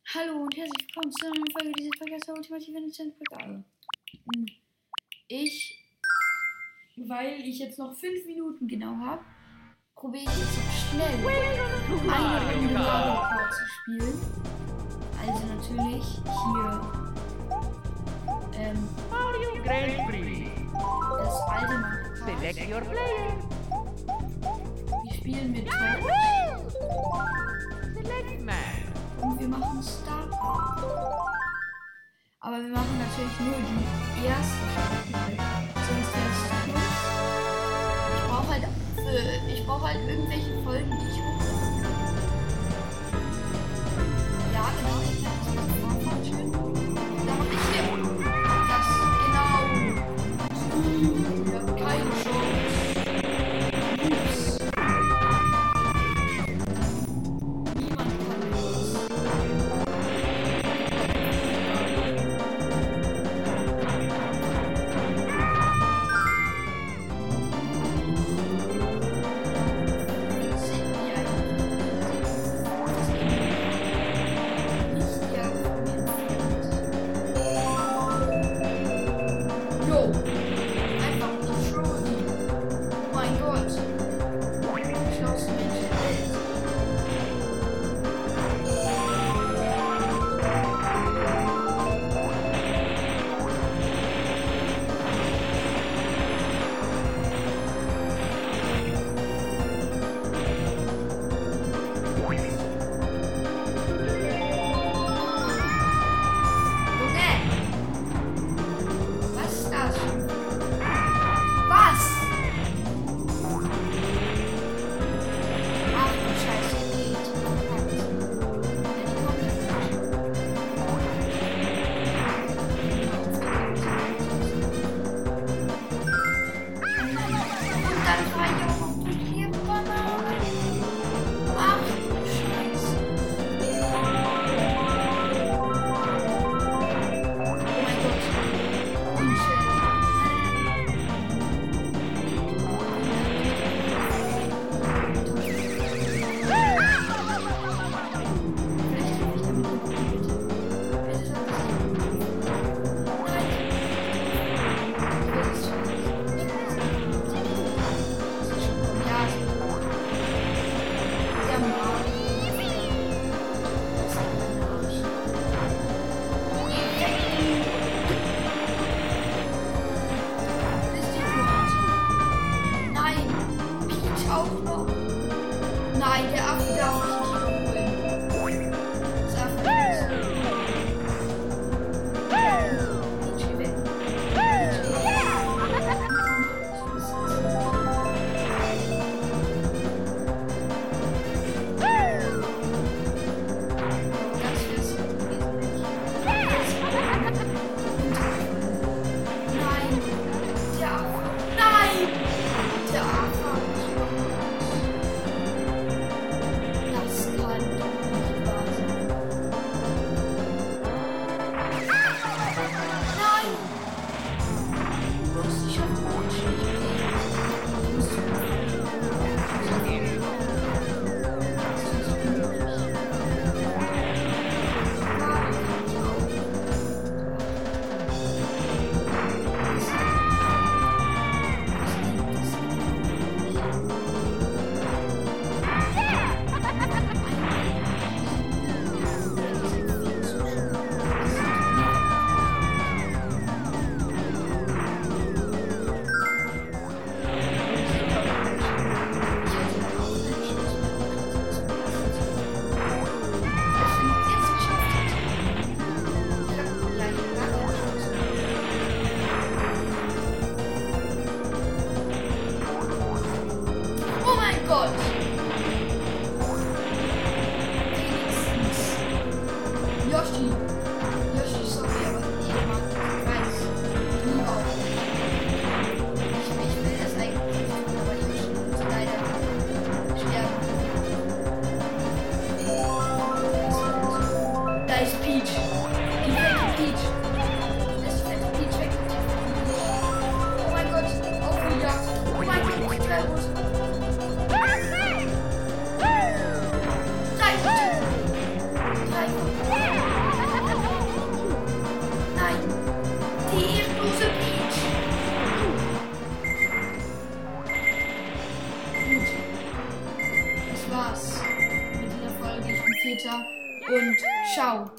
Hallo und herzlich willkommen zu einer neuen Folge dieser Podcast Ultimative Nintendo. Weil ich jetzt noch 5 Minuten genau habe, probiere ich jetzt noch schnell eine Runde Mario Kart zu spielen. Also natürlich hier Mario Grand Prix. das alte Mario Kart. Select your player. Wir spielen mit Toad Select man. und wir machen Start. Aber wir machen natürlich nur die erste Staffel, sonst wäre es zu kurz. Ich brauche halt irgendwelche Folgen, die ich hochladen kann. Ja, genau, ich kann das mal vorfahren schön. Da mache ich hier das, genau. Ich habe keine Chance. Ups. Niemand kann mir was. Nein, der Affe darf mich nicht holen. Das Affe ist. Peach weg. Ganz fest. Nein, der Affe. Nein! Der Affe. Das kann doch nicht wahr sein. Nein! Du musst dich auf den Boden schlägen. Du musst dich auf den Boden schlägen. Das ist unmöglich. Oh mein Gott! Wenigstens. Yoshi, sorry, aber jemand weiß nie auf. Ich will das eigentlich nicht tun, aber Yoshi muss leider sterben. Da ist Peach. Die fette Peach. Das ist die fette Peach weg. Oh mein Gott, auf die Jagd. Oh mein Gott, sehr gut. Drei. war's mit dieser Folge. Ich bin Peter und ciao.